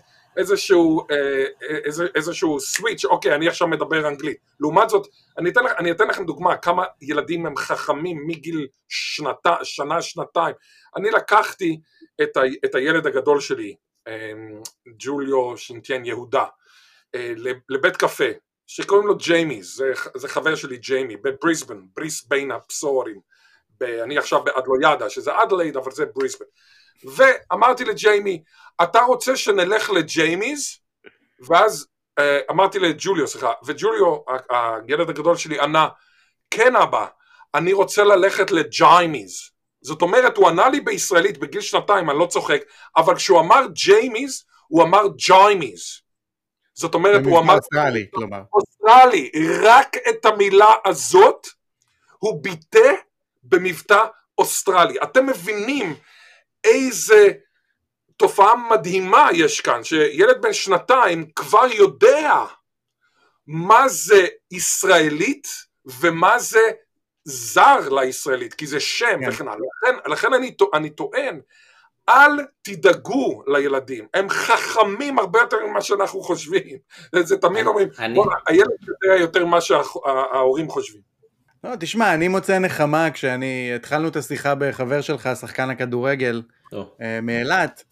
איזשהו סוויץ', אוקיי, אני עכשיו מדבר אנגלית. לעומת זאת, אני אתן לכם דוגמה, כמה ילדים הם חכמים מגיל שנה, שנתיים. אני לקחתי את הילד הגדול שלי, ג'וליו שינטיין יהודה, לבית קפה, שקוראים לו ג'יימי, זה חבר שלי ג'יימי, בבריסבן, בריסבן הפסורים, אני עכשיו באדלוידה, שזה אדלייד, אבל זה בריסבן. ואמרתי לג'יימי, אתה רוצה שנלך לג'יימיז? ואז אמרתי לג'וליו, וג'וליו, הילד הגדול שלי, ענה, כן אבא, אני רוצה ללכת לג'יימיז. זאת אומרת, הוא ענה לי בישראלית בגיל 2, אני לא צוחק, אבל כשהוא אמר ג'יימיז, הוא אמר ג'יימיז. זאת אומרת, הוא אמר אוסטרלי, כלומר. אוסטרלי, רק את המילה הזאת, הוא ביטא במבטא אוסטרלי. אתם מבינים איזה תופעה מדהימה יש כאן, שילד בן 2 כבר יודע מה זה ישראלית ומה זה זר לישראלית, כי זה שם וכן הלאה. לכן אני טוען, אל תדאגו לילדים, הם חכמים הרבה יותר ממה שאנחנו חושבים. זה תמיד אומרים, הילד יודע יותר ממה שההורים חושבים. לא, תשמע, אני מוצא נחמה התחלנו את השיחה בחבר שלך, שחקן הכדורגל מאילת,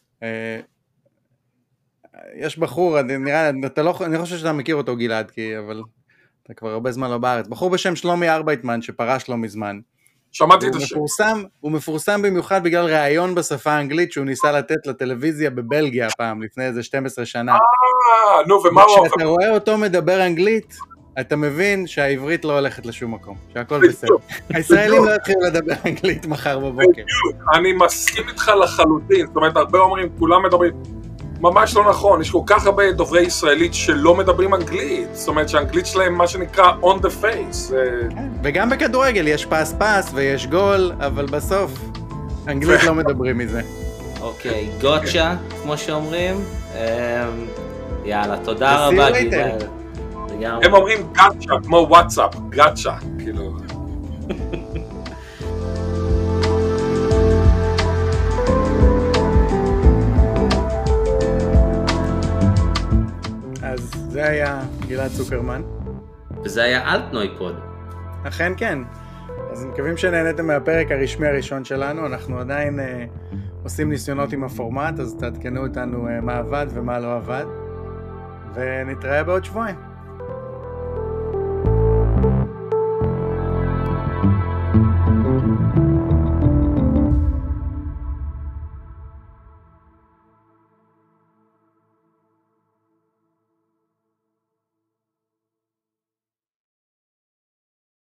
יש בחור, אני חושב שאתה מכיר אותו גלעד, אבל אתה כבר הרבה זמן לא בארץ, בחור בשם שלומי ארבייטמן שפרש לא מזמן. שמעתי את השם. הוא מפורסם במיוחד בגלל ראיון בשפה האנגלית שהוא ניסה לתת לטלוויזיה בבלגיה פעם, לפני איזה 12 שנה. נו, ומה הוא... כשאתה רואה אותו מדבר אנגלית, אתה מבין שהעברית לא הולכת לשום מקום, שהכל בסדר. הישראלים לא יתחילו לדבר אנגלית מחר בבוקר. אני מסכים איתך לחלוטין, זאת אומרת, הרבה אומרים, כולם מדברים, ממש לא נכון, יש כל כך הרבה דוברי ישראלית שלא מדברים אנגלית, זאת אומרת שהאנגלית שלהם מה שנקרא on the face. וגם בכדורגל יש פס ויש גול, אבל בסוף אנגלית לא מדברים מזה. אוקיי, גוטשה, כמו שאומרים. יאללה, תודה רבה גיבל. הם אומרים גאצ'ה, כמו וואטסאפ, גאצ'ה, כאילו. אז זה היה גלעד צוקרמן. וזה היה אלטנויפוד. אכן כן. אז מקווים שנהנתם מהפרק הרשמי הראשון שלנו, אנחנו עדיין עושים ניסיונות עם הפורמט, אז תעדכנו אותנו מה עבד ומה לא עבד, ונתראה בעוד שבועיים.